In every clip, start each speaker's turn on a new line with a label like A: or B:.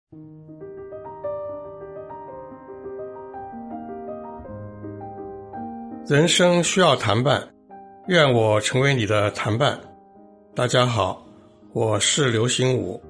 A: 人生需要谈伴，愿我成为你的谈伴。大家好，我是刘兴武。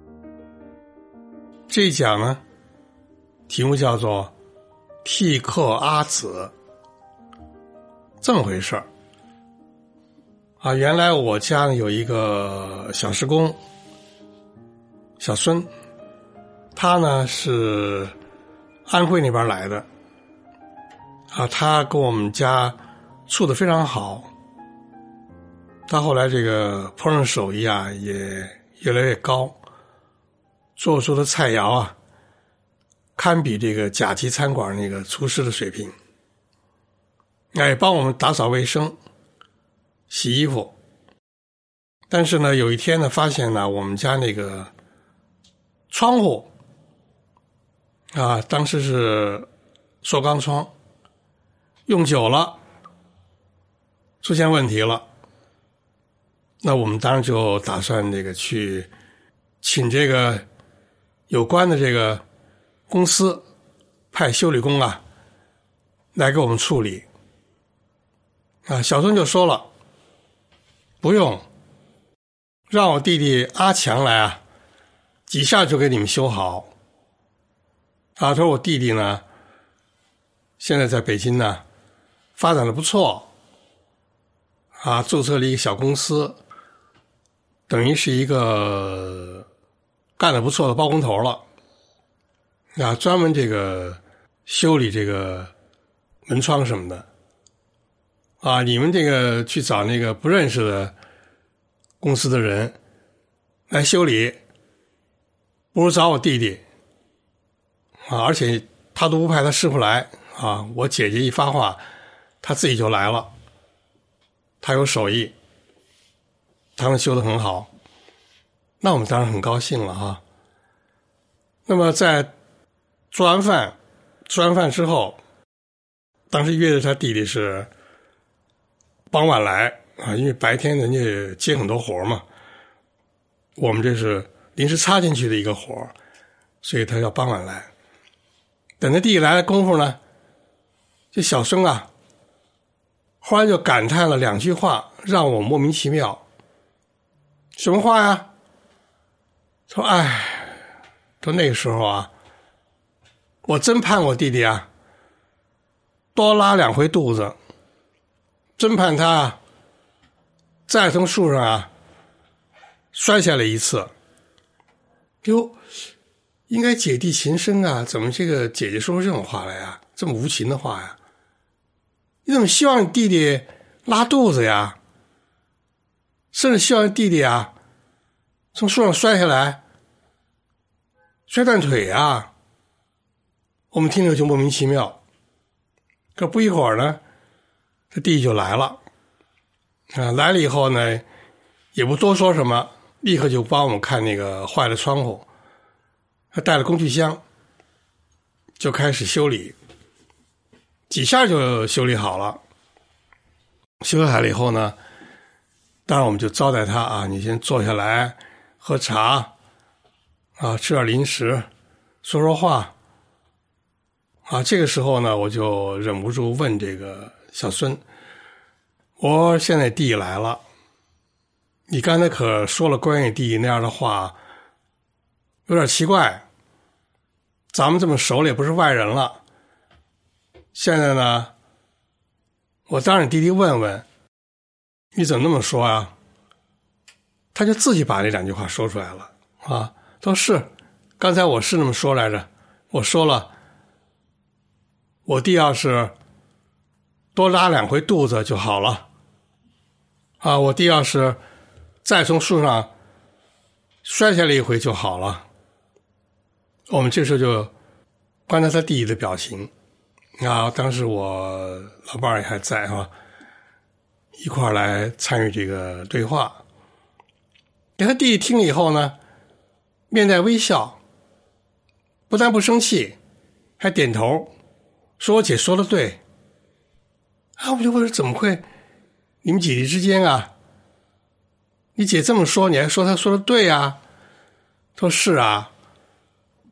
A: 这一讲呢，题目叫做替客阿子。这么回事儿啊，原来我家呢有一个小时工小孙，他呢是安徽那边来的啊，他跟我们家处得非常好，他后来这个烹饪手艺啊也越来越高，做出的菜肴啊堪比这个甲级餐馆那个厨师的水平，也帮我们打扫卫生洗衣服。但是呢有一天呢发现呢我们家那个窗户啊，当时是塑钢窗，用久了出现问题了，那我们当然就打算这个去请这个有关的这个公司派修理工啊来给我们处理啊。小孙就说了，不用，让我弟弟阿强来啊，几下就给你们修好啊。他说我弟弟呢现在在北京呢发展的不错啊，注册了一个小公司，等于是一个干得不错的包工头了啊，专门这个修理这个门窗什么的啊。你们这个去找那个不认识的公司的人来修理，不如找我弟弟啊，而且他都不派他师傅来啊，我姐姐一发话他自己就来了，他有手艺，他们修得很好，那我们当然很高兴了哈。那么在吃完饭之后，当时约着他弟弟是傍晚来啊，因为白天人家接很多活嘛，我们这是临时插进去的一个活，所以他要傍晚来。等他弟弟来的功夫呢，这小生啊忽然就感叹了两句话，让我莫名其妙。什么话呀？说说那个时候啊，我真盼我弟弟啊多拉两回肚子，真盼他啊再从树上啊摔下来一次。哟，应该姐弟情深啊，怎么这个姐姐说出这种话来啊，这么无情的话呀？你怎么希望你弟弟拉肚子呀？甚至希望弟弟啊从树上摔下来，摔断腿啊？我们听着就莫名其妙。可不一会儿呢，这弟弟就来了啊，来了以后呢也不多说什么，立刻就帮我们看那个坏的窗户，他带了工具箱就开始修理，几下就修理好了。修理好了以后呢，当然我们就招待他啊，你先坐下来喝茶啊，吃点零食，说说话啊。这个时候呢我就忍不住问这个小孙，我现在弟弟来了，你刚才可说了关于弟弟那样的话，有点奇怪，咱们这么熟了也不是外人了，现在呢我当然弟弟问问你怎么那么说啊？他就自己把那两句话说出来了啊，他说是，刚才我是那么说来着，我说了，我弟要是多拉两回肚子就好了啊，我弟要是再从树上摔下来一回就好了。我们这时候就观察他弟弟的表情啊，当时我老伴儿也还在哈，一块儿来参与这个对话。给他弟弟听了以后呢，面带微笑，不但不生气，还点头，说我姐说的对。啊，我就问怎么会，你们姐弟之间啊，你姐这么说，你还说她说的对啊？他说是啊，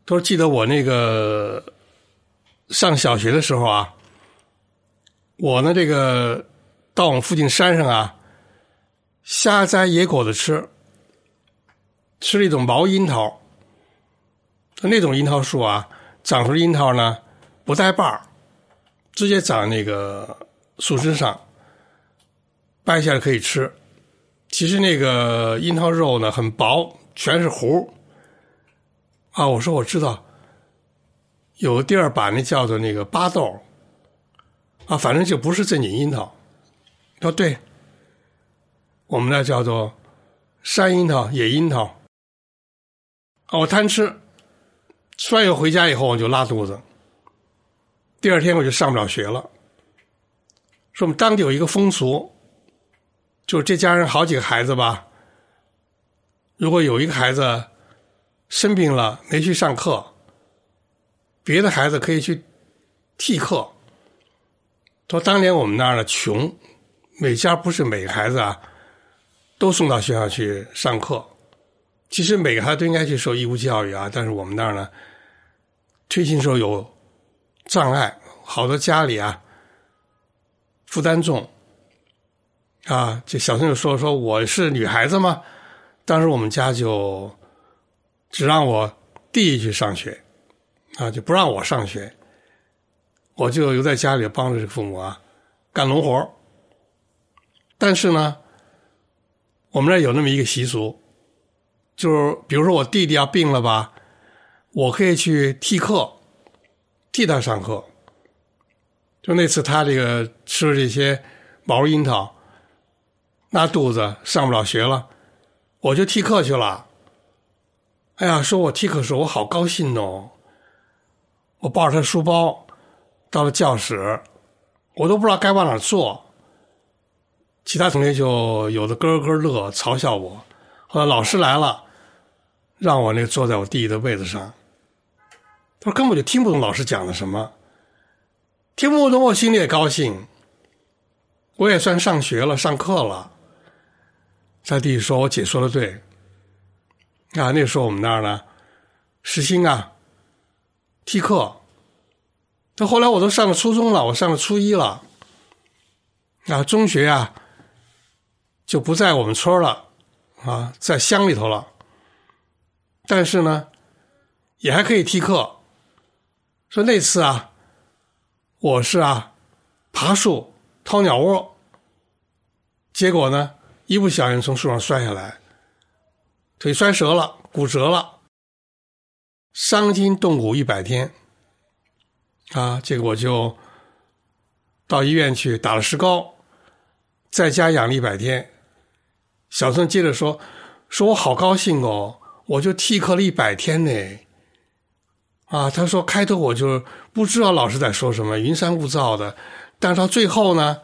A: 他说记得我那个上小学的时候啊，我呢这个到我们附近山上啊，瞎摘野果子吃了一种毛樱桃。那种樱桃树啊，长出的樱桃呢不带瓣儿，直接长那个树枝上，掰下来可以吃。其实那个樱桃肉呢很薄，全是核啊。我说我知道，有个地儿把那叫做那个巴豆啊，反正就不是正经樱桃。说对，我们那叫做山樱桃、野樱桃啊。我贪吃，吃完以后回家以后我就拉肚子，第二天我就上不了学了。说我们当地有一个风俗，就是这家人好几个孩子吧，如果有一个孩子生病了没去上课，别的孩子可以去替课。说当年我们那儿呢穷，每家不是每个孩子啊都送到学校去上课，其实每个孩子都应该去受义务教育啊，但是我们那儿呢推行时候有障碍，好多家里啊负担重啊。这小孙就说我是女孩子嘛，当时我们家就只让我弟弟去上学啊，就不让我上学，我就留在家里帮着父母啊干农活。但是呢，我们那有那么一个习俗，就是比如说我弟弟要病了吧，我可以去替课，替他上课。就那次他这个吃了这些毛樱桃，拉肚子上不了学了，我就替课去了。哎呀，说我替课时候我好高兴哦，我抱着他书包到了教室，我都不知道该往哪坐。其他同学就有的咯咯乐嘲笑我，后来老师来了，让我那坐在我弟弟的位子上。他说根本就听不懂老师讲的什么，听不懂我心里也高兴，我也算上学了上课了。他弟弟说我姐说的对啊，那时候我们那儿呢实行啊替课。但后来我都上了初中了，我上了初一了啊，中学啊就不在我们村了啊，在乡里头了。但是呢也还可以替课。说那次啊，我是啊爬树掏鸟窝，结果呢一不小心从树上摔下来，腿摔折了，骨折了，伤筋动骨100天啊。这个我就到医院去打了石膏，在家养了100天。小孙接着说我好高兴哦，我就替课了100天呢。啊，他说开头我就不知道老师在说什么，云山雾罩的，但是到最后呢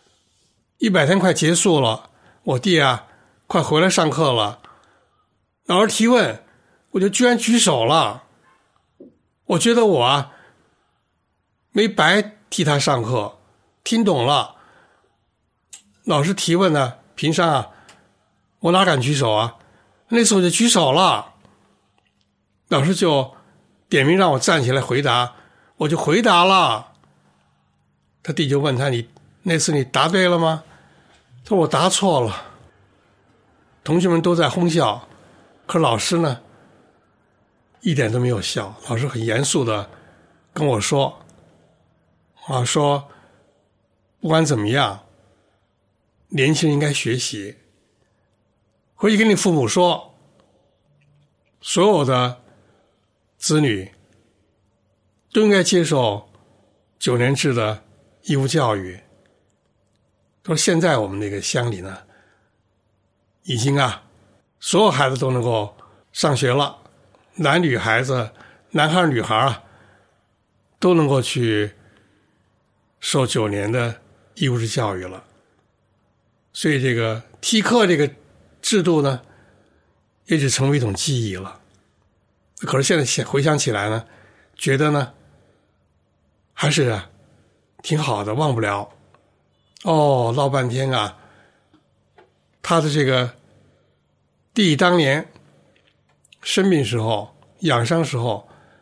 A: 100天快结束了，我弟啊快回来上课了，老师提问我就居然举手了，我觉得我啊没白替他上课，听懂了。老师提问呢，平常啊我哪敢举手啊，那次我就举手了，老师就点名让我站起来回答，我就回答了。他弟就问他，你那次你答对了吗？他说我答错了。同学们都在哄笑，可老师呢一点都没有笑。老师很严肃的跟我说啊，说不管怎么样，年轻人应该学习，回去跟你父母说，所有的子女都应该接受9年制的义务教育。说现在我们那个乡里呢，已经啊所有孩子都能够上学了，男女孩子男孩女孩啊都能够去受9年的义务制教育了。所以这个替课这个制度呢也就成为一种记忆了。可是现在回想起来呢，觉得呢还是啊挺好的，忘不了。哦，闹半天啊，他的这个弟当年生病时候养伤时候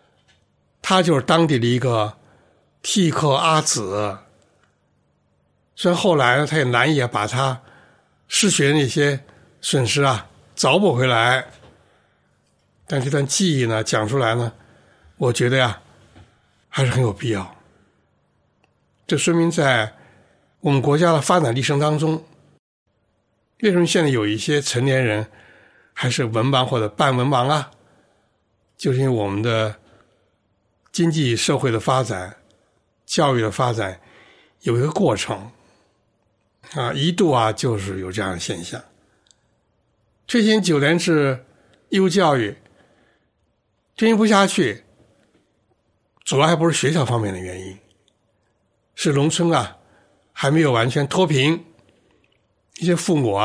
A: 他就是当地的一个替克阿子。虽然后来呢，他也难以把他失学的那些损失找补回来，但这段记忆呢讲出来呢，我觉得还是很有必要。这说明在我们国家的发展历程当中，为什么现在有一些成年人还是文盲或者半文盲就是因为我们的经济社会的发展、教育的发展有一个过程一度就是有这样的现象。推行9年制义务教育推行不下去，主要还不是学校方面的原因，是农村还没有完全脱贫，一些父母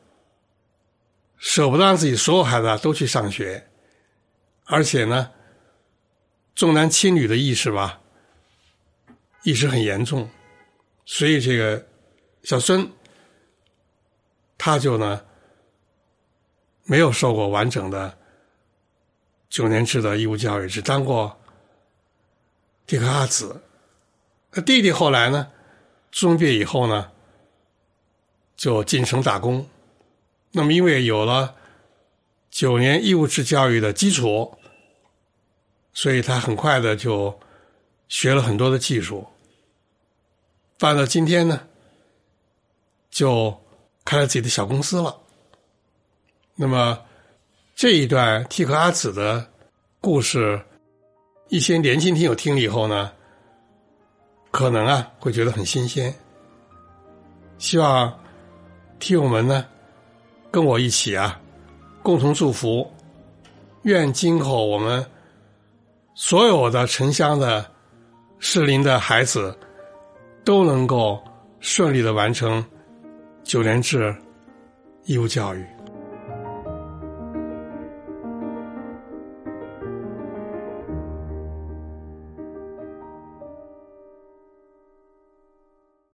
A: 舍不得让自己所有孩子都去上学，而且呢重男轻女的意识一直很严重，所以这个小孙他就呢没有受过完整的9年制的义务教育，只当过替克阿子。那弟弟后来呢初中毕业以后呢就进城打工，那么因为有了9年义务制教育的基础，所以他很快的就学了很多的技术，放到今天呢就开了自己的小公司了。那么这一段替克阿子的故事，一些年轻听友听了以后呢可能会觉得很新鲜，希望听友们呢跟我一起共同祝福，愿今后我们所有的城乡的适龄的孩子都能够顺利的完成9年制义务教育。